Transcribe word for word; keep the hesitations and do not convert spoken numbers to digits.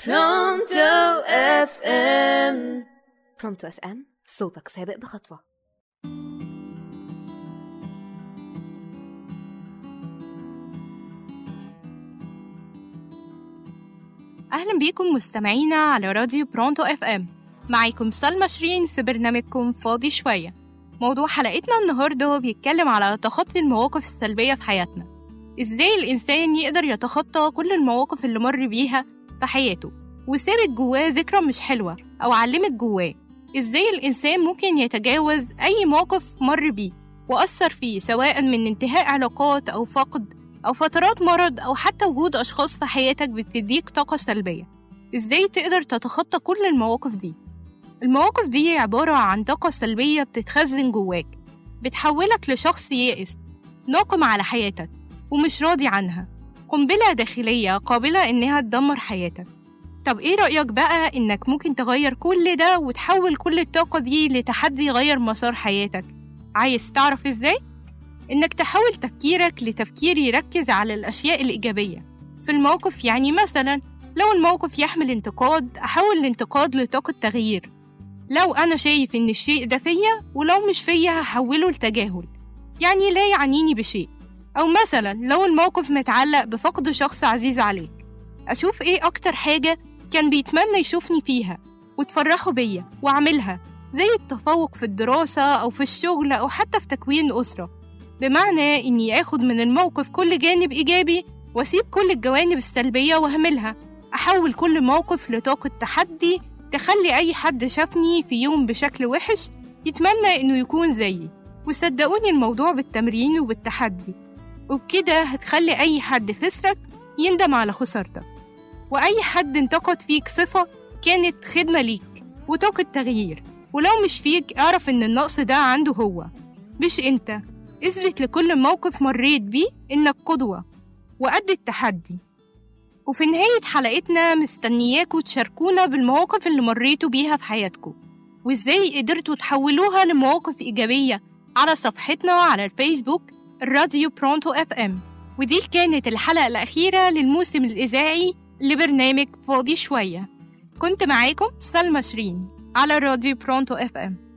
برونتو اف ام. برونتو اف ام، صوتك سابق بخطوة. أهلا بيكم مستمعينا على راديو برونتو اف ام. معاكم سلمى شيرين في برنامجكم فاضي شوية. موضوع حلقتنا النهاردة بيتكلم على تخطي المواقف السلبية في حياتنا. إزاي الإنسان يقدر يتخطى كل المواقف اللي مر بيها في حياته وسابت جواه ذكرى مش حلوة أو علمت جواه. إزاي الإنسان ممكن يتجاوز أي موقف مر بيه وأثر فيه، سواء من انتهاء علاقات أو فقد أو فترات مرض أو حتى وجود أشخاص في حياتك بتديك طاقة سلبية. إزاي تقدر تتخطى كل المواقف دي؟ المواقف دي عبارة عن طاقة سلبية بتتخزن جواك، بتحولك لشخص يائس ناقم على حياتك ومش راضي عنها، قنبلة داخلية قابلة إنها تدمر حياتك. طب إيه رأيك بقى إنك ممكن تغير كل ده وتحول كل الطاقة دي لتحدي يغير مسار حياتك؟ عايز تعرف إزاي؟ إنك تحول تفكيرك لتفكير يركز على الأشياء الإيجابية في الموقف. يعني مثلا لو الموقف يحمل انتقاد، أحول الانتقاد لطاقة تغيير. لو أنا شايف إن الشيء ده فيا ولو مش فيا هحوله لتجاهل، يعني لا يعنيني بشيء. أو مثلا لو الموقف متعلق بفقد شخص عزيز عليك، أشوف إيه أكتر حاجة كان بيتمنى يشوفني فيها وتفرحوا بيا وأعملها، زي التفوق في الدراسة أو في الشغل أو حتى في تكوين أسرة. بمعنى إني أخد من الموقف كل جانب إيجابي وأسيب كل الجوانب السلبية وأهملها. أحول كل موقف لطاقة تحدي تخلي أي حد شافني في يوم بشكل وحش يتمنى إنه يكون زيي. وصدقوني الموضوع بالتمرين وبالتحدي، وبكده هتخلي أي حد خسرك يندم على خسارتك، وأي حد انتقد فيك صفة كانت خدمة ليك وطاقة تغيير. ولو مش فيك، اعرف إن النقص ده عنده هو مش أنت. اثبت لكل موقف مريت بيه إنك قدوة وقد التحدي. وفي نهاية حلقتنا مستنياكوا تشاركونا بالمواقف اللي مريتوا بيها في حياتكم وإزاي قدرتوا تحولوها لمواقف إيجابية على صفحتنا على الفيسبوك الراديو برونتو اف ام. ودي كانت الحلقة الأخيرة للموسم الإذاعي لبرنامج فاضي شوية. كنت معاكم سلمى شيرين على راديو برونتو اف ام.